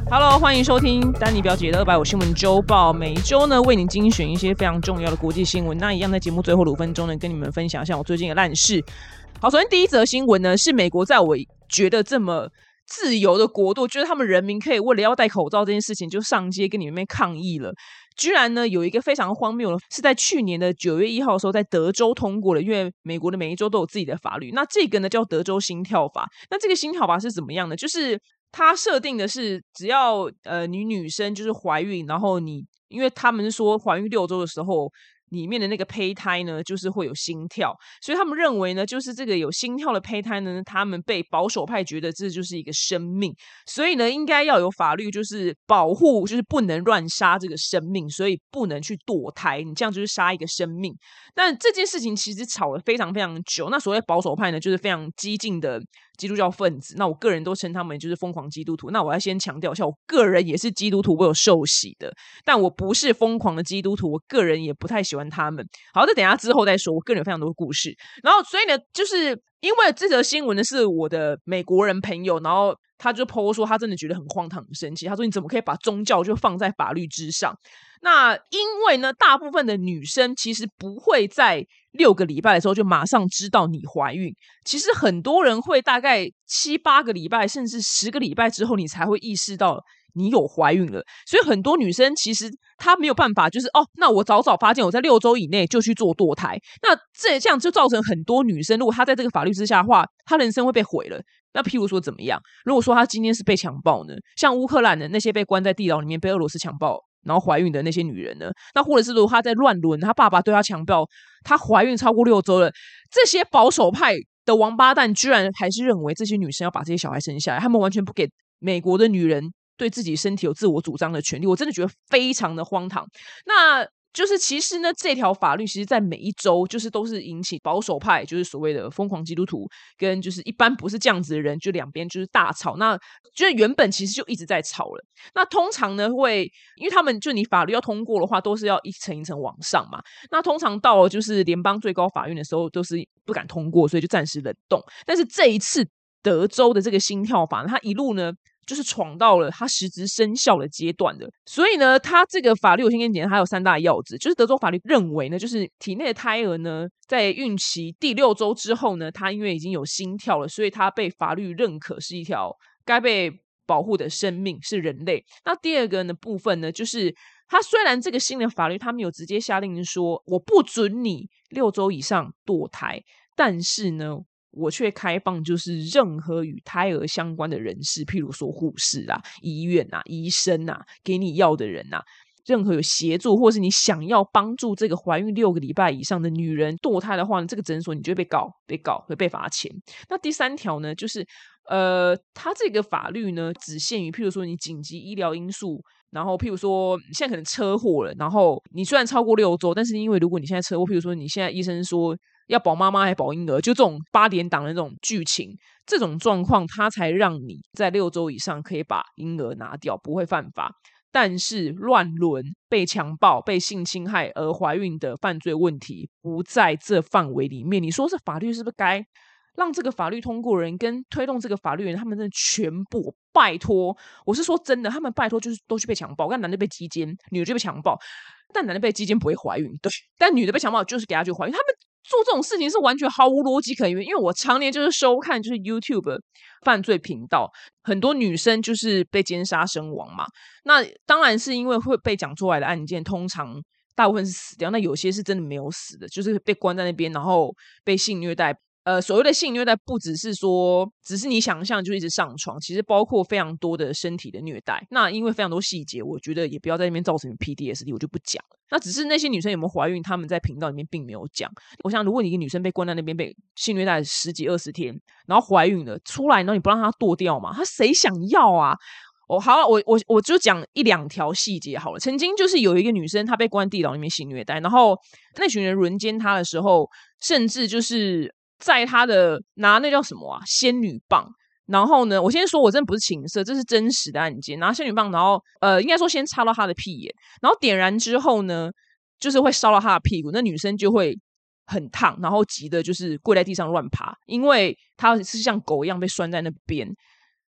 Hello， 欢迎收听丹尼表姐的250新闻周报。每一周呢，为你精选一些非常重要的国际新闻。那一样在节目最后的5分钟呢，跟你们分享一下我最近的烂事。好，首先第一则新闻呢，是美国在我觉得这么自由的国度，就是他们人民可以为了要戴口罩这件事情，就上街跟你们抗议了。居然呢，有一个非常荒谬的，是在去年的9月1号的时候，在德州通过了，因为美国的每一州都有自己的法律。那这个呢叫德州心跳法。那这个心跳法是怎么样呢？就是它设定的是，只要你女生就是怀孕，然后因为他们是说怀孕6周的时候，里面的那个胚胎呢，就是会有心跳，所以他们认为呢，就是这个有心跳的胚胎呢，他们被保守派觉得这就是一个生命，所以呢，应该要有法律就是保护，就是不能乱杀这个生命，所以不能去堕胎，你这样就是杀一个生命。但这件事情其实吵了非常非常久。那所谓保守派呢，就是非常激进的基督教分子，那我个人都称他们就是疯狂基督徒。那我要先强调一下，我个人也是基督徒，我有受洗的，但我不是疯狂的基督徒，我个人也不太喜欢他们。好，这等一下之后再说，我个人有非常多的故事。然后所以呢，就是因为这则新闻呢是我的美国人朋友，然后他就 po 说他真的觉得很荒唐很生气，他说你怎么可以把宗教就放在法律之上。那因为呢，大部分的女生其实不会在6个礼拜的时候就马上知道你怀孕，其实很多人会大概7、8个礼拜甚至10个礼拜之后你才会意识到你有怀孕了。所以很多女生其实她没有办法就是那我早早发现我在6周以内就去做堕胎，那这样就造成很多女生如果她在这个法律之下的话，她人生会被毁了。那譬如说怎么样，如果说她今天是被强暴呢，像乌克兰的那些被关在地牢里面被俄罗斯强暴然后怀孕的那些女人呢，那或者是如果她在乱伦，她爸爸对她强暴，她怀孕超过6周了，这些保守派的王八蛋居然还是认为这些女生要把这些小孩生下来，他们完全不给美国的女人对自己身体有自我主张的权利，我真的觉得非常的荒唐。那就是其实呢，这条法律其实在每一州就是都是引起保守派，就是所谓的疯狂基督徒跟就是一般不是这样子的人，就两边就是大吵。那就是原本其实就一直在吵了。那通常呢会，因为他们就你法律要通过的话，都是要一层一层往上嘛。那通常到了就是联邦最高法院的时候，都是不敢通过，所以就暂时冷冻。但是这一次德州的这个心跳法，它一路呢就是闯到了它实质生效的阶段的。所以呢，它这个法律我先跟你讲，它有3大要旨，就是德州法律认为呢，就是体内的胎儿呢，在孕期第6周之后呢，它因为已经有心跳了，所以它被法律认可是一条该被保护的生命，是人类。那第二个呢部分呢，就是它虽然这个新的法律它没有直接下令说我不准你6周以上堕胎，但是呢我却开放就是任何与胎儿相关的人士，譬如说护士啊、医院啊、医生啊、给你药的人啊，任何有协助或是你想要帮助这个怀孕6个礼拜以上的女人堕胎的话呢，这个诊所你就会被告会被罚钱。那第3条呢，就是它这个法律呢只限于譬如说你紧急医疗因素，然后譬如说你现在可能车祸了，然后你虽然超过6周，但是因为如果你现在车祸，譬如说你现在医生说要保妈妈还保婴儿，就这种8点档的那种剧情，这种状况它才让你在6周以上可以把婴儿拿掉，不会犯法。但是乱伦、被强暴、被性侵害而怀孕的犯罪问题不在这范围里面。你说这法律是不是该让这个法律通过人跟推动这个法律人他们真的全部拜托，我是说真的，他们拜托就是都去被强暴，但男的被鸡奸，女的就被强暴，但男的被鸡奸不会怀孕，对，但女的被强暴就是给她去怀孕。他们做这种事情是完全毫无逻辑可言，因为我常年就是收看就是 YouTube 犯罪频道，很多女生就是被奸杀身亡嘛。那当然是因为会被讲出来的案件，通常大部分是死掉，那有些是真的没有死的，就是被关在那边，然后被性虐待。所谓的性虐待不只是说只是你想象就一直上床，其实包括非常多的身体的虐待。那因为非常多细节，我觉得也不要在那边造成 PTSD， 我就不讲了。那只是那些女生有没有怀孕，他们在频道里面并没有讲。我想如果你一个女生被关在那边被性虐待10几20天，然后怀孕了出来，然后你不让她堕掉嘛，她谁想要啊？好，我就讲1、2条细节好了。曾经就是有一个女生，她被关地牢里面性虐待，然后那群人轮奸她的时候，甚至就是在她的拿那叫什么啊仙女棒。然后呢，我先说我真的不是情色，这是真实的案件。拿仙女棒，然后应该说先插到她的屁眼，然后点燃之后呢，就是会烧到她的屁股，那女生就会很烫，然后急的就是跪在地上乱爬，因为她是像狗一样被拴在那边。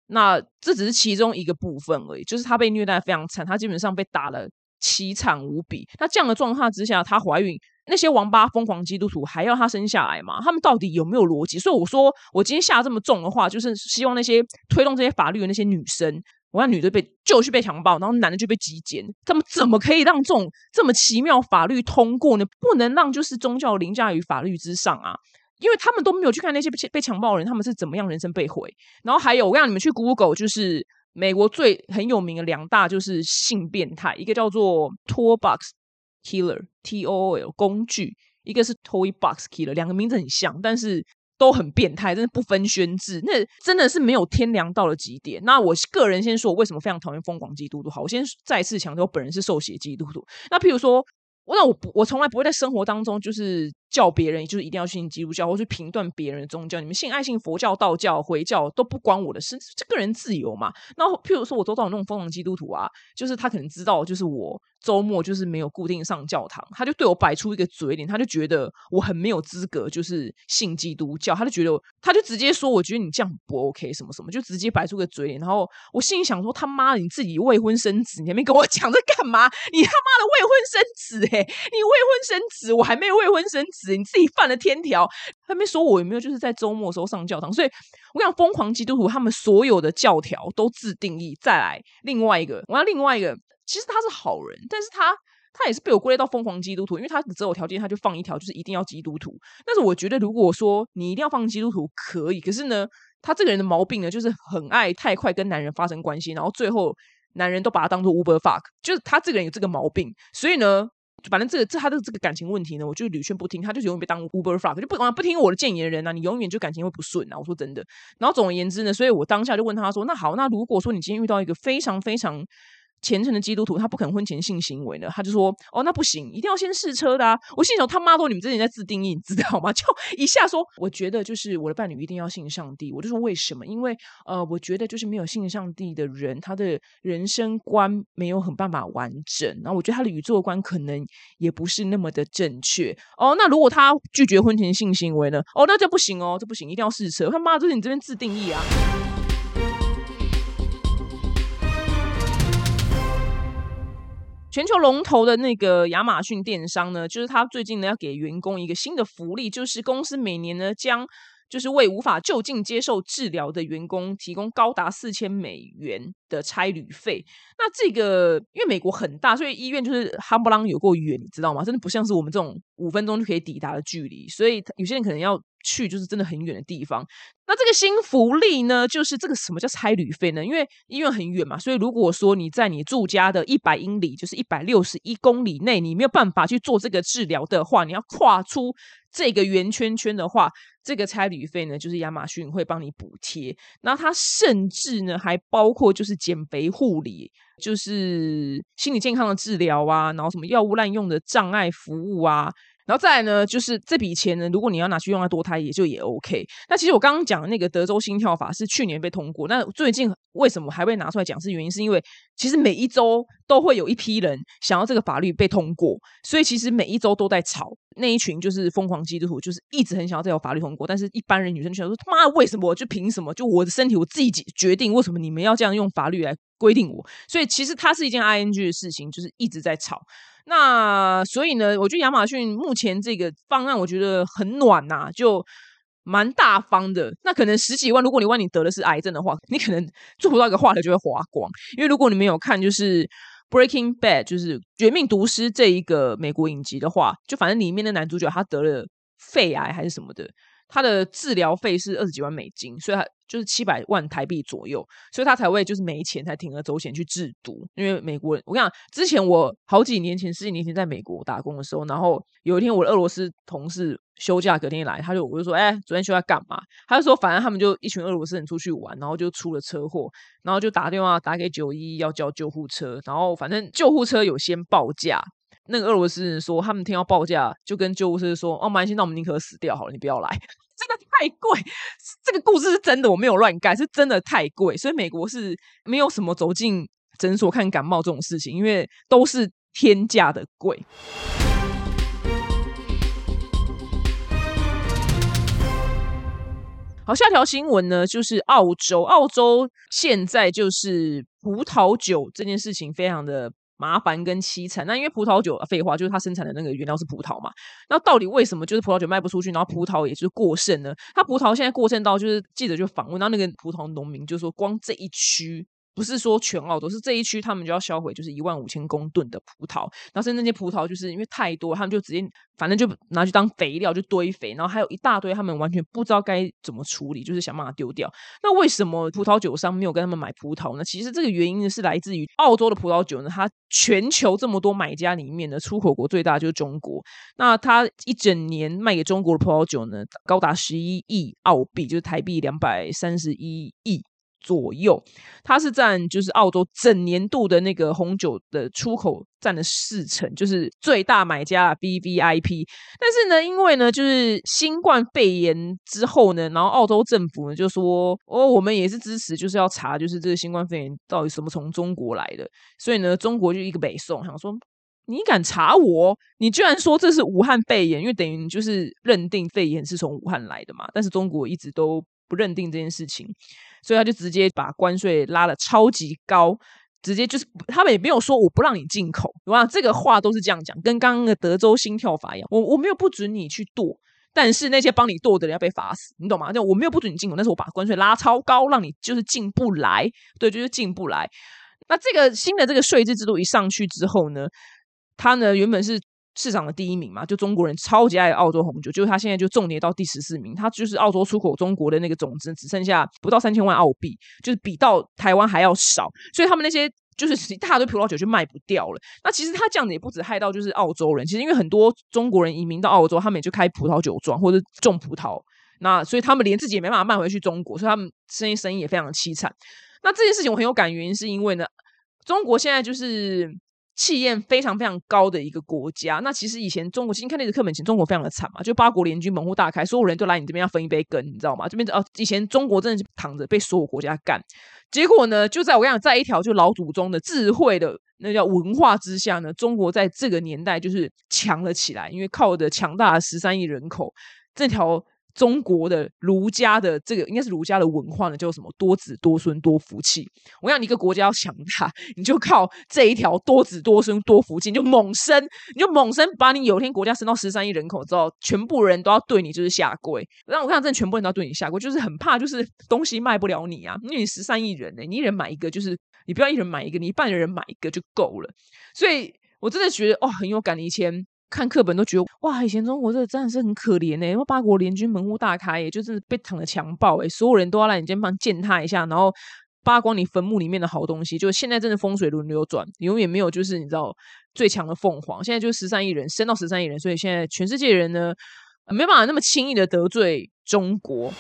那这只是其中一个部分而已，就是她被虐待非常惨，她基本上被打了凄惨无比。那这样的状况之下，她怀孕，那些王八疯狂基督徒还要她生下来吗？他们到底有没有逻辑？所以我说，我今天下这么重的话，就是希望那些推动这些法律的那些女生，我让女的就被强暴，然后男的就被击奸，他们怎么可以让这种这么奇妙法律通过呢？不能让就是宗教凌驾于法律之上啊！因为他们都没有去看那些被强暴的人，他们是怎么样人生被毁。然后还有，我让你们去 Google， 就是美国很有名的2大就是性变态，一个叫做 Toolbox Killer TOOL 工具，一个是 Toy Box Killer， 2个名字很像，但是都很变态，真的不分轩轾，那真的是没有天良到了极点。那我个人先说我为什么非常讨厌疯狂基督徒。好，我先再次强调，我本人是受洗基督徒。那譬如说，我从来不会在生活当中就是叫别人就是一定要信基督教，或是评断别人的宗教。你们信爱信佛教、道教、回教都不关我的事，这个人自由嘛。然后譬如说我周遭有那种疯狂基督徒啊，就是他可能知道就是我周末就是没有固定上教堂，他就对我摆出一个嘴脸，他就觉得我很没有资格就是信基督教，他就直接说我觉得你这样不 OK 什么什么，就直接摆出个嘴脸。然后我心里想说，他妈的，你自己未婚生子，你还没跟我讲这干嘛？你他妈的未婚生子你未婚生子，我还没有未婚生子，你自己犯了天条，还没说我有没有就是在周末的时候上教堂。所以我讲疯狂基督徒他们所有的教条都自定义。再来另外一个，其实他是好人，但是他也是被我归类到疯狂基督徒，因为他的择偶条件他就放一条，就是一定要基督徒。但是我觉得如果说你一定要放基督徒可以，可是呢他这个人的毛病呢，就是很爱太快跟男人发生关系，然后最后男人都把他当作 Uber fuck， 就是他这个人有这个毛病。所以呢反正他的这个感情问题呢，我就屡劝不听，他就永远被当 Uber fuck， 就不听我的建言的人啊，你永远就感情会不顺啊，我说真的。然后总而言之呢，所以我当下就问他说，那好，那如果说你今天遇到一个非常非常虔诚的基督徒，他不可能婚前性行为呢，他就说哦那不行，一定要先试车的啊。我心想他妈都你们之前在自定义，你知道吗？就一下说我觉得就是我的伴侣一定要信上帝，我就说为什么？因为我觉得就是没有信上帝的人，他的人生观没有很办法完整，然后我觉得他的宇宙观可能也不是那么的正确哦。那如果他拒绝婚前性行为呢？哦那这不行哦，这不行，一定要试车。他妈这是你这边自定义啊。全球龙头的那个亚马逊电商呢，就是他最近呢要给员工一个新的福利，就是公司每年呢将就是为无法就近接受治疗的员工提供高达$4000的差旅费。那这个因为美国很大，所以医院就是夯不啷有够远，你知道吗？真的不像是我们这种5分钟就可以抵达的距离，所以有些人可能要去就是真的很远的地方。那这个新福利呢，就是这个什么叫差旅费呢？因为医院很远嘛，所以如果说你在你住家的100英里，就是161公里内，你没有办法去做这个治疗的话，你要跨出这个圆圈圈的话，这个差旅费呢，就是亚马逊会帮你补贴。然后它甚至呢还包括就是减肥护理，就是心理健康的治疗啊，然后什么药物滥用的障碍服务啊。然后再来呢，就是这笔钱呢，如果你要拿去用在堕胎，也 OK。那其实我刚刚讲的那个德州心跳法是去年被通过，那最近为什么还会拿出来讲？是原因是因为其实每一周都会有一批人想要这个法律被通过，所以其实每一周都在吵。那一群就是疯狂基督徒，就是一直很想要这条法律通过，但是一般人女生就想说，他妈为什么？就凭什么？就我的身体我自己决定，为什么你们要这样用法律来规定我？所以其实它是一件 ING 的事情，就是一直在吵。那所以呢，我觉得亚马逊目前这个方案我觉得很暖呐，就蛮大方的。那可能10几万，如果你得的是癌症的话，你可能做不到一个化疗就会花光。因为如果你没有看就是Breaking Bad 就是绝命毒师这一个美国影集的话，就反正里面的男主角他得了肺癌还是什么的，他的治疗费是20几万美金，所以他就是700万台币左右，所以他才会就是没钱才铤而走险去制毒。因为美国人，我跟你讲，之前我10几年前在美国打工的时候，然后有一天我的俄罗斯同事休假隔天来，我就说昨天休假干嘛？他就说反正他们就一群俄罗斯人出去玩，然后就出了车祸，然后就打电话打给911要叫救护车，然后反正救护车有先报价，那个俄罗斯人说他们听到报价就跟救护车说哦，没关系，那我们宁可死掉好了，你不要来。真的太贵，这个故事是真的，我没有乱盖，是真的太贵。所以美国是没有什么走进诊所看感冒这种事情，因为都是天价的贵。 好，下条新闻呢，就是澳洲。澳洲现在就是葡萄酒这件事情非常的麻烦跟凄惨。那因为葡萄酒废话，就是它生产的那个原料是葡萄嘛。那到底为什么就是葡萄酒卖不出去，然后葡萄也就是过剩呢？它葡萄现在过剩到就是记者就访问到那个葡萄农民，就说光这一区。不是说全澳洲，是这一区他们就要销毁就是15000公吨的葡萄，然后甚至那些葡萄就是因为太多，他们就直接反正就拿去当肥料就堆肥，然后还有一大堆他们完全不知道该怎么处理，就是想办法丢掉。那为什么葡萄酒商没有跟他们买葡萄呢？其实这个原因呢是来自于澳洲的葡萄酒呢，它全球这么多买家里面呢，出口国最大就是中国。那它一整年卖给中国的葡萄酒呢，高达11亿澳币，就是台币231亿。左右，它是占就是澳洲整年度的那个红酒的出口占了40%，就是最大买家VVIP。但是呢，因为呢就是新冠肺炎之后呢，然后澳洲政府呢就说我们也是支持，就是要查就是这个新冠肺炎到底什么从中国来的，所以呢中国就一个北宋想说。你敢查我？你居然说这是武汉肺炎，因为等于你就是认定肺炎是从武汉来的嘛。但是中国一直都不认定这件事情，所以他就直接把关税拉了超级高，直接就是他们也没有说我不让你进口，哇，这个话都是这样讲，跟刚刚的德州心跳法一样，我没有不准你去剁，但是那些帮你剁的人要被罚死，你懂吗？就我没有不准你进口，但是我把关税拉超高，让你就是进不来，对，就是进不来。那这个新的这个税制制度一上去之后呢？他呢原本是市场的第1名嘛，就中国人超级爱澳洲红酒，就是他现在就重跌到第14名，他就是澳洲出口中国的那个总值只剩下不到3000万澳币，就是比到台湾还要少，所以他们那些就是一大堆葡萄酒就卖不掉了。那其实他这样子也不止害到就是澳洲人，其实因为很多中国人移民到澳洲，他们也就开葡萄酒庄或者种葡萄，那所以他们连自己也没办法卖回去中国，所以他们生意也非常的凄惨。那这件事情我很有感，原因是因为呢，中国现在就是气焰非常非常高的一个国家。那其实以前中国，其实看历史课本前，中国非常的惨嘛，就8国联军门户大开，所有人都来你这边要分一杯羹，你知道吗？这边以前中国真的是躺着被所有国家干，结果呢，就在我跟你讲，在一条就老祖宗的智慧的那叫文化之下呢，中国在这个年代就是强了起来，因为靠着强大的13亿人口，这条中国的儒家的这个应该是儒家的文化呢，叫什么多子多孙多福气。我想你一个国家要强大，你就靠这一条多子多孙多福气，你就猛生，把你有一天国家升到13亿人口之后，全部人都要对你就是下跪。让我看真的全部人都要对你下跪，就是很怕就是东西卖不了你啊，因为你13亿人你一人买一个，就是你不要一人买一个，你一半的人买一个就够了。所以我真的觉得很有感。以前看课本都觉得哇，以前中国这真的是很可怜因为8国联军门户大开就真的被躺着强暴所有人都要来你肩膀践踏一下，然后扒光你坟墓里面的好东西。就现在真的风水轮流转，你永远没有就是你知道最强的凤凰，现在就是13亿人升到13亿人，所以现在全世界人呢没办法那么轻易的得罪中国。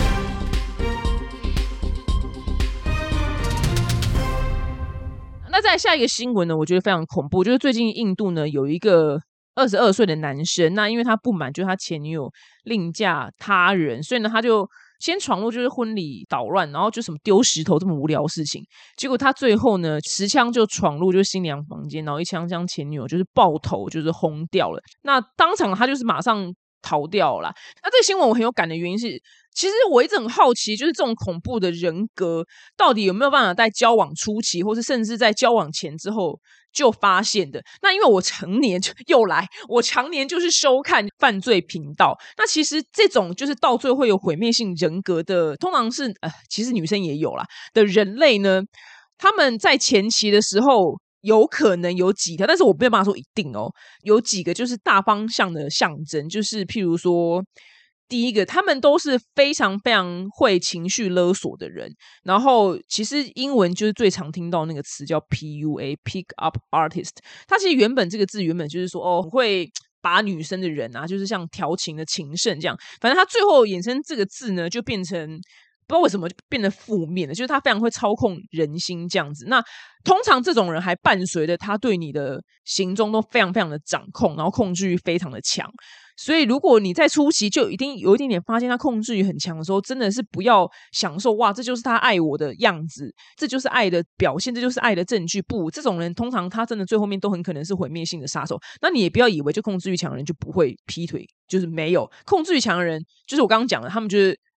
那再来下一个新闻呢，我觉得非常恐怖，就是最近印度呢有一个22岁的男生，那因为他不满就是他前女友另嫁他人，所以呢他就先闯入就是婚礼捣乱，然后就什么丢石头这么无聊的事情，结果他最后呢持枪就闯入就是新娘房间，然后一枪将前女友就是爆头就是轰掉了。那当场他就是马上逃掉了。那这个新闻我很有感的原因是，其实我一直很好奇，就是这种恐怖的人格到底有没有办法在交往初期，或是甚至在交往前之后就发现的。那因为我常年就是收看犯罪频道，那其实这种就是到最后会有毁灭性人格的，通常是其实女生也有啦的人类呢，他们在前期的时候有可能有几条，但是我没有办法说一定有几个就是大方向的象征，就是譬如说第一个，他们都是非常非常会情绪勒索的人，然后其实英文就是最常听到那个词叫 PUA Pick Up Artist， 它其实原本这个字原本就是说很会把女生的人啊，就是像调情的情圣这样，反正他最后衍生这个字呢就变成不知道为什么就变得负面了，就是他非常会操控人心这样子。那通常这种人还伴随着他对你的行踪都非常非常的掌控，然后控制欲非常的强。所以如果你在初期就一定有一点点发现他控制欲很强的时候，真的是不要享受哇这就是他爱我的样子，这就是爱的表现，这就是爱的证据。不，这种人通常他真的最后面都很可能是毁灭性的杀手。那你也不要以为就控制欲强的人就不会劈腿，就是没有。控制欲强的人就是我刚刚讲的，他们就是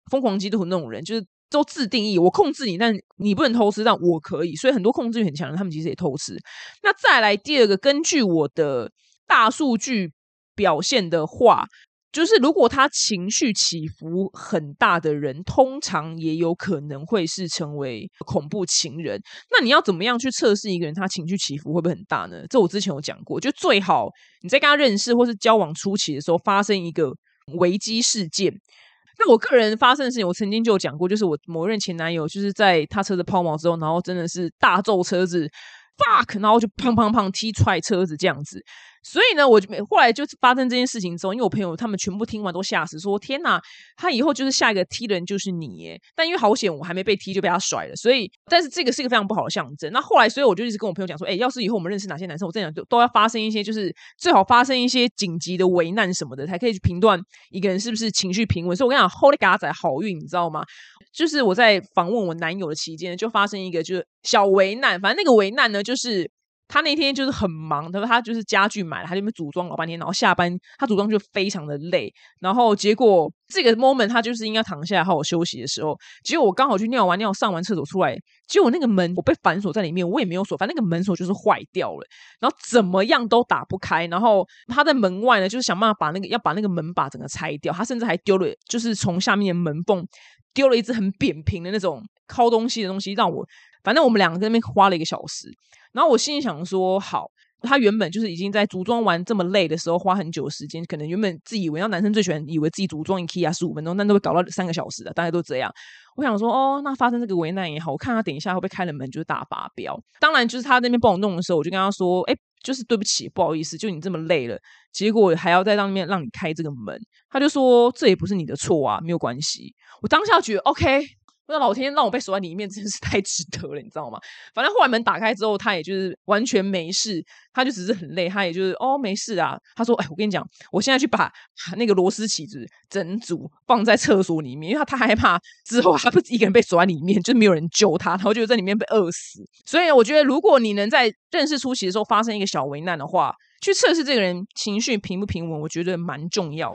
疯狂基督徒那种人，就是都自定义我控制你，但你不能偷吃，但我可以，所以很多控制欲很强的人他们其实也偷吃。那再来第二个，根据我的大数据表现的话，就是如果他情绪起伏很大的人，通常也有可能会是成为恐怖情人。那你要怎么样去测试一个人他情绪起伏会不会很大呢？这我之前有讲过，就最好你在跟他认识或是交往初期的时候发生一个危机事件。那我个人发生的事情，我曾经就有讲过，就是我某任前男友就是在他车子抛锚之后，然后真的是大揍车子 fuck， 然后就砰砰砰踢踹车子这样子。所以呢，我后来就发生这件事情之后，因为我朋友他们全部听完都吓死，说天哪，他以后就是下一个踢人就是你耶。但因为好险我还没被踢就被他甩了，所以但是这个是一个非常不好的象征。那后来所以我就一直跟我朋友讲说，要是以后我们认识哪些男生，我这样都要发生一些，就是最好发生一些紧急的危难什么的，才可以去评断一个人是不是情绪平稳。所以我跟你讲 Holy God 仔好运，你知道吗？就是我在访问我男友的期间，就发生一个就是小危难，反正那个危难呢，就是他那天就是很忙，他就是家具买了，他就组装老半天，然后下班他组装就非常的累，然后结果这个 moment 他就是应该躺下来好好休息的时候，结果我刚好去尿完尿上完厕所出来，结果那个门我被反锁在里面，我也没有锁，反正那个门锁就是坏掉了，然后怎么样都打不开，然后他在门外呢就是想办法把那个门把整个拆掉，他甚至还丢了，就是从下面的门缝丢了一只很扁平的那种敲东西的东西，让我反正我们两个在那边花了1个小时。然后我心里想说好，他原本就是已经在组装完这么累的时候花很久的时间，可能原本自己以为让男生最喜欢以为自己组装 IKEA 15分钟，但都会搞到3个小时的，大概都这样。我想说那发生这个危难也好，我看他等一下会不会开了门就是大发飙。当然就是他那边帮我弄的时候，我就跟他说就是对不起不好意思，就你这么累了，结果还要在那边让你开这个门。他就说这也不是你的错啊，没有关系。我当下觉得 OK，那老天让我被锁在里面真是太值得了，你知道吗？反正后来门打开之后，他也就是完全没事，他就只是很累，他也就是没事啊。他说我跟你讲，我现在去把那个螺丝起子整组放在厕所里面，因为他害怕之后他不一个人被锁在里面，就没有人救他，然后就在里面被饿死。所以我觉得如果你能在认识初期的时候发生一个小危难的话，去测试这个人情绪平不平稳，我觉得蛮重要的。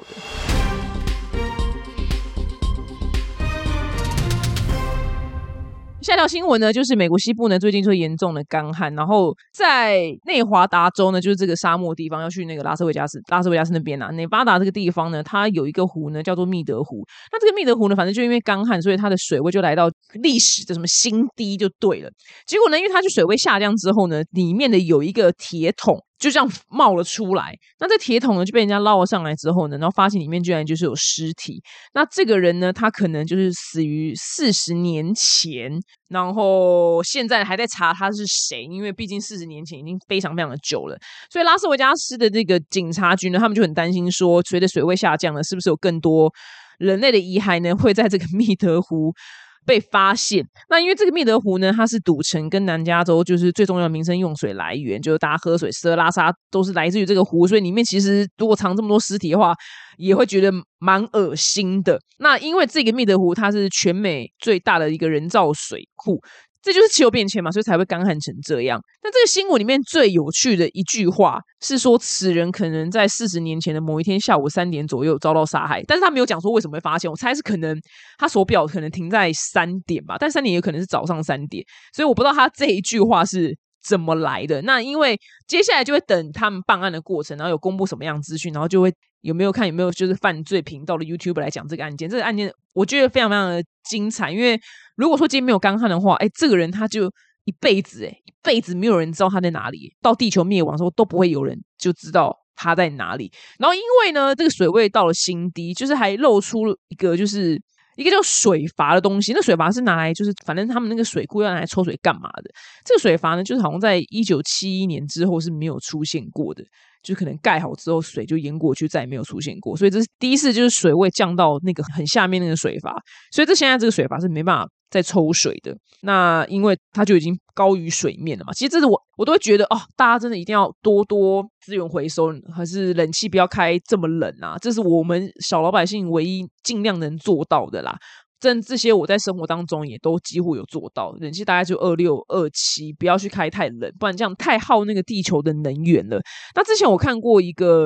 下条新闻呢，就是美国西部呢最近就严重的干旱，然后在内华达州呢，就是这个沙漠地方，要去那个拉斯维加斯那边啊，内巴达这个地方呢，它有一个湖呢叫做密德湖。那这个密德湖呢，反正就因为干旱，所以它的水位就来到历史的什么新低就对了。结果呢，因为它就水位下降之后呢，里面的有一个铁桶就这样冒了出来，那这铁桶呢就被人家捞了上来之后呢，然后发现里面居然就是有尸体。那这个人呢，他可能就是死于40年前，然后现在还在查他是谁，因为毕竟40年前已经非常非常的久了。所以拉斯维加斯的这个警察局呢，他们就很担心说，随着水位下降了，是不是有更多人类的遗骸呢会在这个密德湖被发现。那因为这个密德湖呢，它是赌城跟南加州就是最重要的民生用水来源，就是大家喝水、吃喝拉撒都是来自于这个湖，所以里面其实如果藏这么多尸体的话，也会觉得蛮恶心的。那因为这个密德湖它是全美最大的一个人造水库，这就是气候变迁嘛，所以才会干旱成这样。那这个新闻里面最有趣的一句话是说，此人可能在40年前的某一天下午3点左右遭到杀害，但是他没有讲说为什么会发现，我猜是可能他手表可能停在3点吧，但3点也可能是早上3点，所以我不知道他这一句话是怎么来的。那因为接下来就会等他们办案的过程，然后有公布什么样的资讯，然后就会有没有就是犯罪频道的 YouTuber 来讲这个案件。这个案件我觉得非常非常的精彩，因为如果说今天没有干旱的话，这个人他就一辈子没有人知道他在哪里，到地球灭亡的时候都不会有人就知道他在哪里。然后因为呢这个水位到了新低，就是还露出一个就是一个叫水阀的东西。那水阀是拿来就是反正他们那个水库要拿来抽水干嘛的。这个水阀呢就是好像在1971年之后是没有出现过的，就可能盖好之后水就淹过去再也没有出现过，所以这是第一次就是水位降到那个很下面那个水阀，所以现在这个水阀是没办法再抽水的。那因为它就已经高于水面了嘛，其实这是我都会觉得大家真的一定要多资源回收，还是冷气不要开这么冷啊，这是我们小老百姓唯一尽量能做到的啦。这些我在生活当中也都几乎有做到，冷气大概就26、27，不要去开太冷，不然这样太耗那个地球的能源了。那之前我看过一个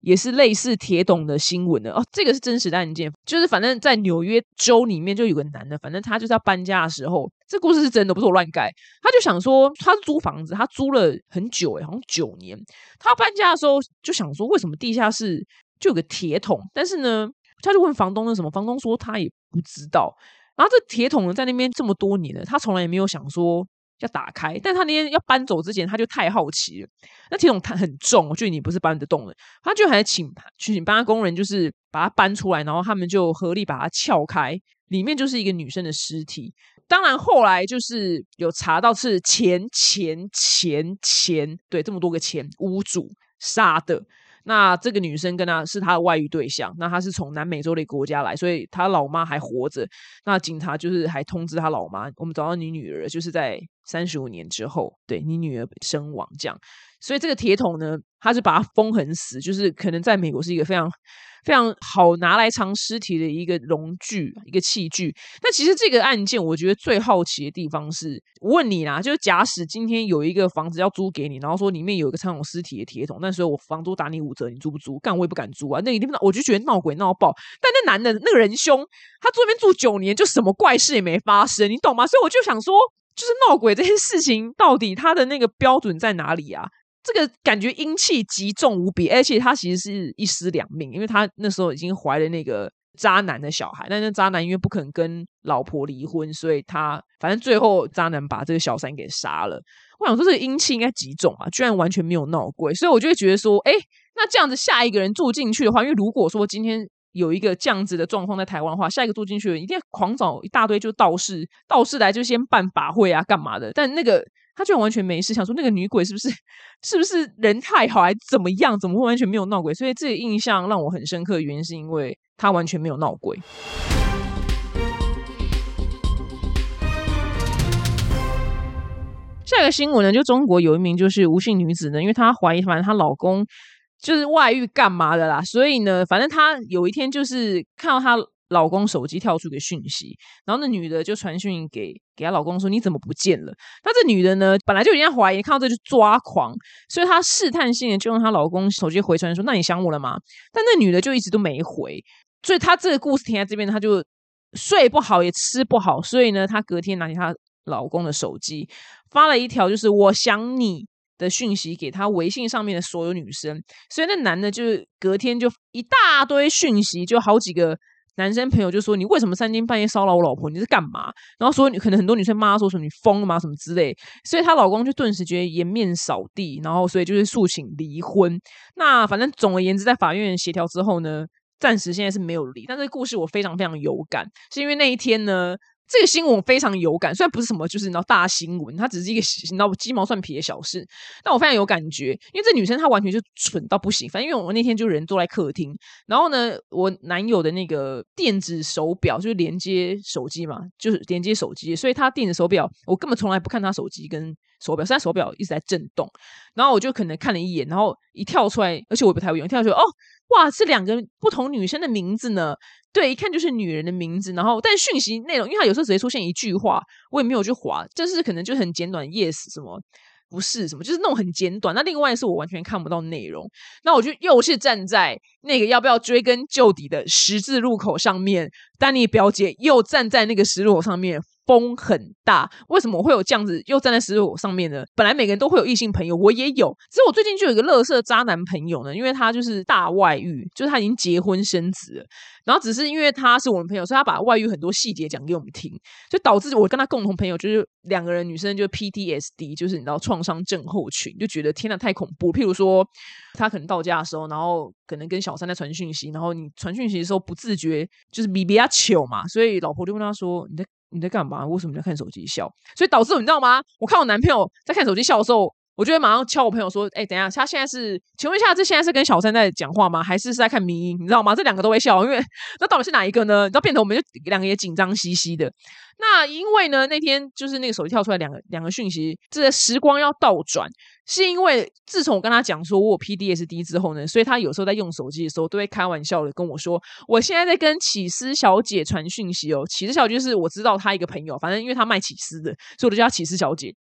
也是类似铁桶的新闻的哦，这个是真实的案件，就是反正在纽约州里面就有个男的，反正他就是要搬家的时候，这故事是真的，不是我乱盖。他就想说，他租房子，他租了很久好像9年。他搬家的时候就想说，为什么地下室就有个铁桶？但是呢，他就问房东那什么，房东说他也不知道。然后这铁桶呢，在那边这么多年了，他从来也没有想说要打开。但他那天要搬走之前，他就太好奇了。那铁桶很重，就你不是搬得动的，他就还请搬家工人，就是把它搬出来，然后他们就合力把它撬开，里面就是一个女生的尸体。当然后来就是有查到是钱，对，这么多个钱，屋主杀的。那这个女生跟他是他的外遇对象，那他是从南美洲的一个国家来，所以他老妈还活着。那警察就是还通知他老妈，我们找到你女儿，就是在35年之后，对，你女儿身亡这样。所以这个铁桶呢，他是把它封很死，就是可能在美国是一个非常非常好拿来藏尸体的一个容具，一个器具。但其实这个案件我觉得最好奇的地方是，我问你啦，就是假使今天有一个房子要租给你，然后说里面有一个藏有尸体的铁桶，那时候我房租打你5折，你租不租？干，我也不敢租啊，那一定我就觉得闹鬼闹爆。但那男的那个人凶，他住那边住9年，就什么怪事也没发生，你懂吗？所以我就想说，就是闹鬼这件事情到底他的那个标准在哪里啊？这个感觉阴气极重无比，而且他其实是一尸两命，因为他那时候已经怀了那个渣男的小孩，但是渣男因为不肯跟老婆离婚，所以他反正最后渣男把这个小三给杀了。我想说这个阴气应该极重吧，居然完全没有闹鬼，所以我就会觉得说，那这样子下一个人住进去的话，因为如果说今天有一个这样子的状况在台湾的话，下一个住进去的人一定要狂找一大堆就道士来就先办法会啊干嘛的，但那个他居然完全没事，想说那个女鬼是不是人太好还怎么样，怎么会完全没有闹鬼？所以这个印象让我很深刻的原因是因为他完全没有闹鬼。下一个新闻呢，就中国有一名就是吴姓女子呢，因为她怀疑反正她老公就是外遇干嘛的啦，所以呢反正她有一天就是看到她老公手机跳出一个讯息，然后那女的就传讯给她老公说你怎么不见了。那这女的呢本来就有点怀疑，看到这就抓狂，所以她试探性的就用她老公手机回传说那你想我了吗？但那女的就一直都没回，所以她这个故事停在这边，她就睡不好也吃不好，所以呢她隔天拿起她老公的手机发了一条就是我想你的讯息给他微信上面的所有女生，所以那男的就隔天就一大堆讯息，就好几个男生朋友就说你为什么3更半夜骚扰我老婆，你是干嘛？然后说可能很多女生骂他说什么你疯了吗什么之类，所以她老公就顿时觉得颜面扫地，然后所以就是诉请离婚。那反正总而言之在法院协调之后呢，暂时现在是没有离。但这个故事我非常非常有感，是因为那一天呢这个新闻我非常有感，虽然不是什么就是你知道大新闻，它只是一个你知道鸡毛蒜皮的小事，但我非常有感觉，因为这女生她完全就蠢到不行。反正因为我那天就人坐在客厅，然后呢我男友的那个电子手表就是连接手机嘛，就是连接手机，所以他电子手表我根本从来不看他手机跟手表，是他手表一直在震动，然后我就可能看了一眼，然后一跳出来，而且我也不太会用，跳出来哇是2个不同女生的名字呢，对，一看就是女人的名字，然后但讯息内容因为它有时候只会出现一句话，我也没有去滑，就是可能就很简短 yes 什么不是什么，就是那种很简短。那另外是我完全看不到内容，那我就又是站在那个要不要追根究底的十字路口上面，丹妮表姐又站在那个十字路口上面，风很大。为什么我会有这样子又站在十字路口上面呢？本来每个人都会有异性朋友，我也有，只是我最近就有一个垃圾渣男朋友呢，因为他就是大外遇，就是他已经结婚生子了，然后只是因为他是我们朋友，所以他把外遇很多细节讲给我们听，就导致我跟他共同朋友就是2个人女生就 PTSD， 就是你知道创伤症候群，就觉得天哪太恐怖。譬如说他可能到家的时候，然后可能跟小三在传讯息，然后你传讯息的时候不自觉就是比较糗嘛，所以老婆就问他说你在干嘛？为什么你在看手机笑？所以导致你知道吗？我看我男朋友在看手机笑的时候，我就会马上敲我朋友说：“等一下，他现在是，请问一下，这现在是跟小三在讲话吗？还是在看迷因？你知道吗？这2个都会笑，因为那到底是哪一个呢？你知道，变成我们就2个也紧张兮兮的。那因为呢，那天就是那个手机跳出来两个讯息，这个时光要倒转，是因为自从我跟他讲说我有 PTSD 之后呢，所以他有时候在用手机的时候都会开玩笑的跟我说，我现在在跟起司小姐传讯息哦。起司小姐就是我知道他一个朋友，反正因为他卖起司的，所以我就叫他起司小姐。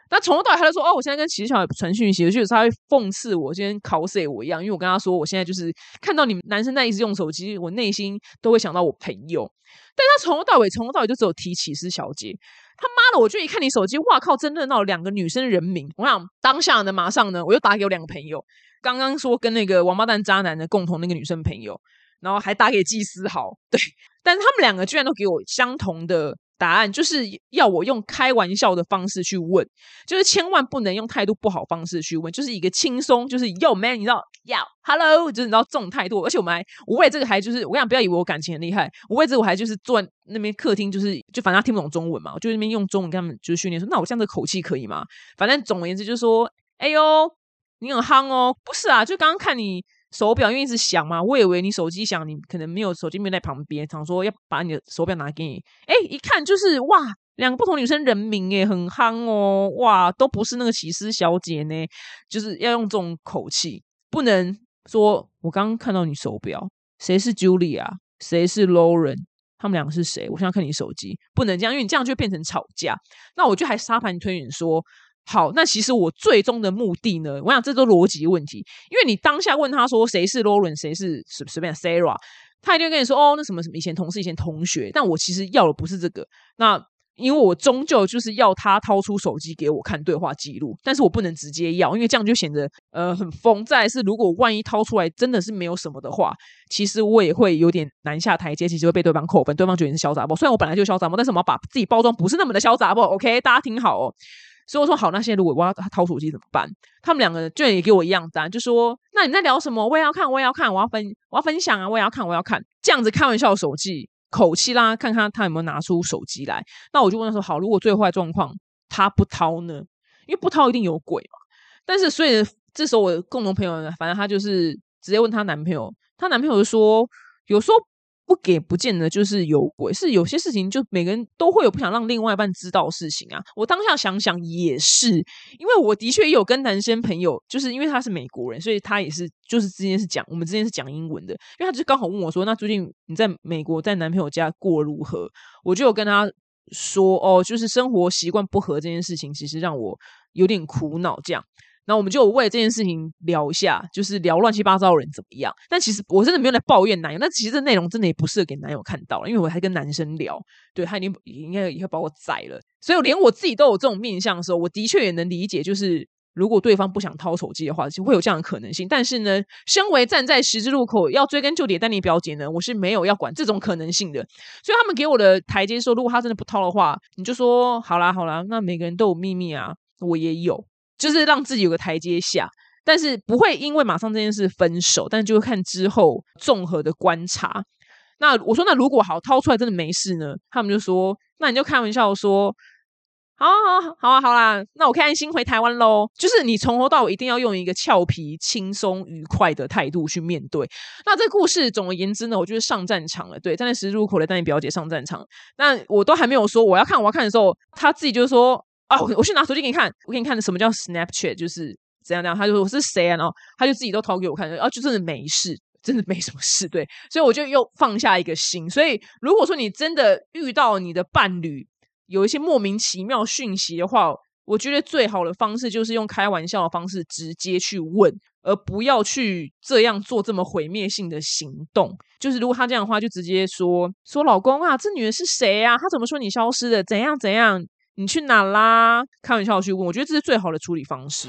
那从头到尾他就说我现在跟骑士小孩传讯息，我觉得他会讽刺我今天 cos 我一样，因为我跟他说我现在就是看到你们男生在一直用手机，我内心都会想到我朋友。但他从头到尾就只有提骑士小姐。他妈的，我就一看你手机，哇靠，真热闹，2个女生人名。我想当下呢，马上呢，我又打给我2个朋友，刚刚说跟那个王八蛋渣男的共同那个女生朋友，然后还打给季思豪，对，但是他们2个居然都给我相同的答案，就是要我用开玩笑的方式去问，就是千万不能用态度不好方式去问，就是一个轻松，就是 Yo man， 你知道 Yo Hello， 就是你知道这种态度。而且我为这个还就是我跟你讲，不要以为我感情很厉害，我为这个我还就是坐在那边客厅，就反正他听不懂中文嘛，我就那边用中文跟他们就是训练说，那我这样的口气可以吗？反正总而言之就是说，哎呦你很夯哦，不是啊，就刚刚看你手表因为一直响嘛，我以为你手机响，你可能没有手机没有在旁边，想说要把你的手表拿给你，一看就是哇，2个不同女生人名耶，很夯哦，哇，都不是那个骑士小姐呢，就是要用这种口气，不能说我刚刚看到你手表，谁是 Julia， 谁是 Lauren， 他们2个是谁？我现在看你手机，不能这样，因为你这样就会变成吵架。那我就还沙盘推演说，好，那其实我最终的目的呢，我想这都逻辑问题，因为你当下问他说谁是 Lauren， 谁是随便 Sarah， 他一定会跟你说那什么什么以前同事以前同学，但我其实要的不是这个。那因为我终究就是要他掏出手机给我看对话记录，但是我不能直接要，因为这样就显得很疯。再来是如果万一掏出来真的是没有什么的话，其实我也会有点难下台阶，其实会被对方扣分，对方觉得你是潇洒包。虽然我本来就潇洒包，但是我要把自己包装不是那么的潇洒包 OK， 大家听好哦。所以我说好，那现在如果我要掏手机怎么办？他们2个就也给我一样答案，就说那你在聊什么？我也要看，我要分享啊，我也要看，这样子开玩笑的手机口气啦，看看他有没有拿出手机来。那我就问他说好，如果最坏状况他不掏呢？因为不掏一定有鬼嘛。但是所以这时候我的共同朋友呢，反正他就是直接问她男朋友，她男朋友就说有时候不给不见得就是有鬼，是有些事情就每个人都会有不想让另外一半知道的事情啊。我当下想想也是，因为我的确也有跟男生朋友，就是因为他是美国人，所以他也是就是我们之间是讲英文的，因为他就刚好问我说那最近你在美国在男朋友家过如何，我就有跟他说就是生活习惯不合这件事情其实让我有点苦恼这样。然后我们就为了这件事情聊一下，就是聊乱七八糟的人怎么样。但其实我真的没有在抱怨男友，但其实这内容真的也不适合给男友看到了，因为我还跟男生聊，对，他应该也会把我宰了。所以连我自己都有这种面向的时候，我的确也能理解，就是如果对方不想掏手机的话，就会有这样的可能性。但是呢，身为站在十字路口要追根究底的丹妮表姐呢，我是没有要管这种可能性的。所以他们给我的台阶说，如果他真的不掏的话，你就说好啦，那每个人都有秘密啊，我也有。就是让自己有个台阶下，但是不会因为马上这件事分手，但就会看之后综合的观察。那我说那如果好掏出来真的没事呢？他们就说那你就开玩笑说好啦，那我可以安心回台湾咯。就是你从头到尾一定要用一个俏皮轻松愉快的态度去面对。那这故事总而言之呢，我就是上战场了，对，站在十字路口的丹妮表姐上战场。那我都还没有说我要看的时候，他自己就说我去拿手机给你看，我给你看什么叫 Snapchat， 就是怎样，他就说我是谁啊，然后他就自己都掏给我看，就真的没事，真的没什么事，对，所以我就又放下一个心。所以如果说你真的遇到你的伴侣有一些莫名其妙讯息的话，我觉得最好的方式就是用开玩笑的方式直接去问，而不要去这样做这么毁灭性的行动。就是如果他这样的话，就直接说老公啊，这女人是谁啊？她怎么说你消失的？怎样怎样？你去哪啦？开玩笑去问，我觉得这是最好的处理方式。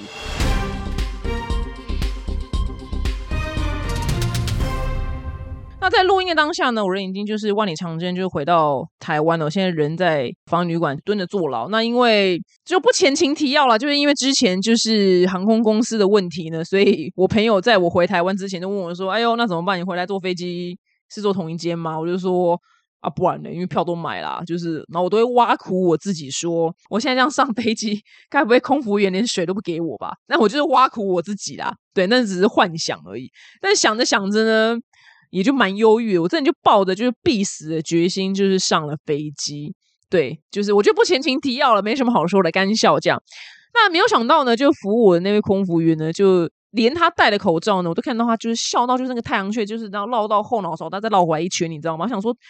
那在录音的当下呢，我人已经就是万里长征，就回到台湾了。我现在人在防疫旅馆蹲着坐牢。那因为就不前情提要了，就是因为之前就是航空公司的问题呢，所以我朋友在我回台湾之前就问我说：“哎呦，那怎么办？你回来坐飞机是坐同一间吗？”我就说。不然呢？因为票都买啦，然后我都会挖苦我自己说，我现在这样上飞机，该不会空服员连水都不给我吧？那我就是挖苦我自己啦，对，那只是幻想而已。但想着想着呢，也就蛮忧郁的。我真的就抱着就是必死的决心，就是上了飞机。对，就是我就不前情提要了，没什么好说的，干笑这样。那没有想到呢，就服务我的那位空服员呢，就连他戴的口罩呢，我都看到他就是笑到就是那个太阳穴，就是然后绕到后脑勺，他再绕回来一圈，你知道吗？我想说。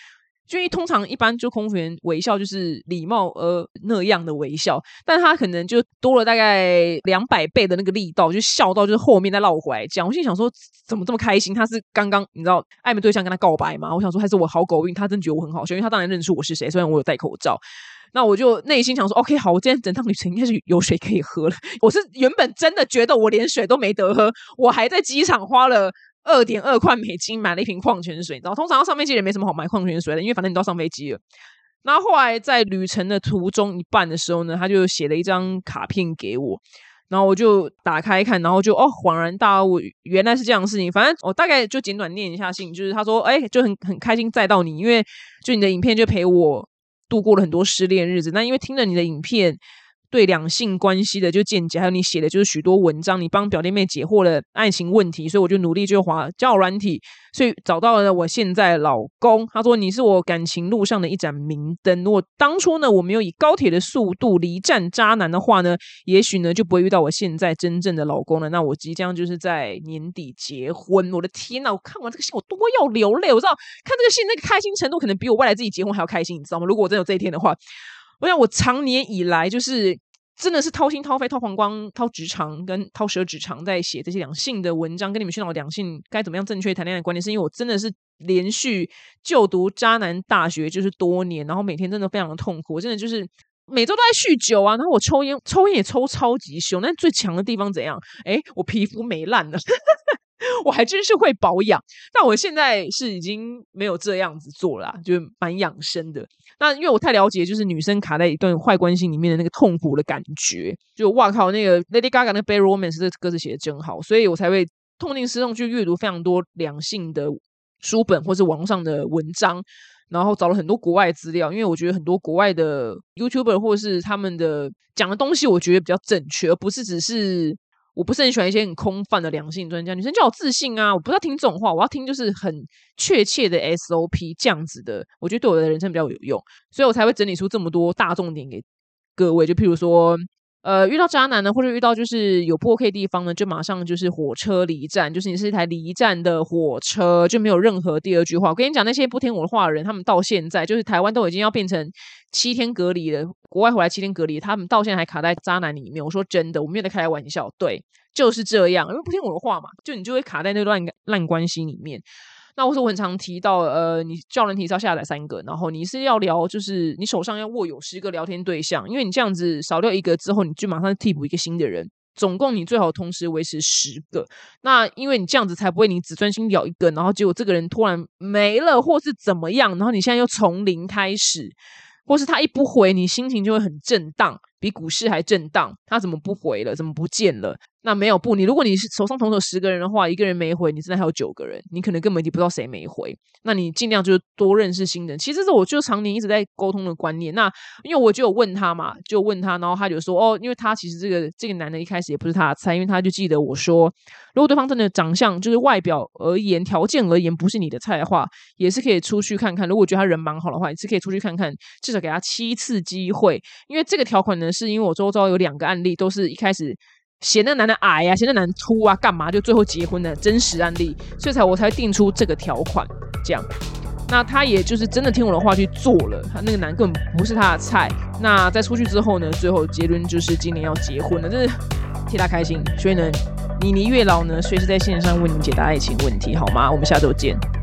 就通常一般就空服员微笑就是礼貌那样的微笑，但他可能就多了大概200倍的那个力道，就笑到就是后面再绕回来这样。我心里想说怎么这么开心，他是刚刚你知道暧昧对象跟他告白吗？我想说还是我好狗运，他真觉得我很好笑，因为他当然认出我是谁，虽然我有戴口罩。那我就内心想说 OK 好，我今天整趟旅程应该是有水可以喝了。我是原本真的觉得我连水都没得喝，我还在机场花了2.2块美金买了一瓶矿泉水，然后通常上飞机也没什么好买矿泉水的，因为反正你都要上飞机了。那后来在旅程的途中一半的时候呢，他就写了一张卡片给我，然后我就打开看，然后就恍然大悟，原来是这样的事情。反正我大概就简短念一下信，就是他说就很开心载到你，因为就你的影片就陪我度过了很多失恋日子。那因为听了你的影片对两性关系的就见解，还有你写的就是许多文章，你帮表弟妹解惑了爱情问题，所以我就努力就滑交友软体，所以找到了我现在老公。他说你是我感情路上的一盏明灯，如果当初呢我没有以高铁的速度离站渣男的话呢，也许呢就不会遇到我现在真正的老公了。那我即将就是在年底结婚。我的天哪，我看完这个信我多要流泪，我知道看这个信那个开心程度可能比我未来自己结婚还要开心，你知道吗？如果我真的有这一天的话，我想我长年以来就是真的是掏心掏肺掏膀胱掏直肠跟掏舌直肠在写这些两性的文章，跟你们宣导两性该怎么样正确谈恋爱的观念，是因为我真的是连续就读渣男大学就是多年，然后每天真的非常的痛苦，我真的就是每周都在酗酒啊，然后我抽烟也抽超级凶，但最强的地方怎样？我皮肤没烂了我还真是会保养，但我现在是已经没有这样子做了啦，就蛮养生的。那因为我太了解就是女生卡在一段坏关系里面的那个痛苦的感觉，就哇靠，那个 Lady Gaga 那个 Bad Romance 这歌词写的真好，所以我才会痛定思痛去阅读非常多两性的书本或是网络上的文章，然后找了很多国外资料，因为我觉得很多国外的 YouTuber 或是他们的讲的东西我觉得比较正确，而不是只是我不是很喜欢一些很空泛的两性专家，女生就要自信啊，我不是要听这种话，我要听就是很确切的 SOP 这样子的，我觉得对我的人生比较有用，所以我才会整理出这么多大重点给各位。就譬如说遇到渣男呢，或者遇到就是有不 OK 的地方呢，就马上就是火车离站，就是你是一台离站的火车，就没有任何第二句话。我跟你讲，那些不听我的话的人，他们到现在就是台湾都已经要变成7天隔离了，国外回来7天隔离，他们到现在还卡在渣男里面。我说真的，我没有在开玩笑，对，就是这样，因为不听我的话嘛，就你就会卡在那段烂关系里面。那我很常提到你交友软体是要下载3个，然后你是要聊就是你手上要握有10个聊天对象，因为你这样子少掉1个之后你就马上替补一个新的人，总共你最好同时维持10个。那因为你这样子才不会你只专心聊一个，然后结果这个人突然没了或是怎么样，然后你现在又从零开始，或是他一不回你心情就会很震荡，比股市还震荡，他怎么不回了，怎么不见了。那没有如果你是手上同时有10个人的话，1个人没回，你真的还有9个人，你可能根本就不知道谁没回。那你尽量就是多认识新人，其实这我就常年一直在沟通的观念。那因为我就有问他嘛，然后他就说因为他其实这个男的一开始也不是他的菜，因为他就记得我说，如果对方真的长相就是外表而言条件而言不是你的菜的话，也是可以出去看看，如果觉得他人蛮好的话，也是可以出去看看，至少给他7次机会。因为这个条款呢，是因为我周遭有2个案例都是一开始嫌那男的矮啊，嫌那男的秃啊，干嘛就最后结婚的真实案例，所以我才定出这个条款这样。那他也就是真的听我的话去做了，他那个男根本不是他的菜。那在出去之后呢，最后结论就是今年要结婚了，真是替他开心。所以呢，你月老呢随时在线上为你解答爱情问题，好吗？我们下周见。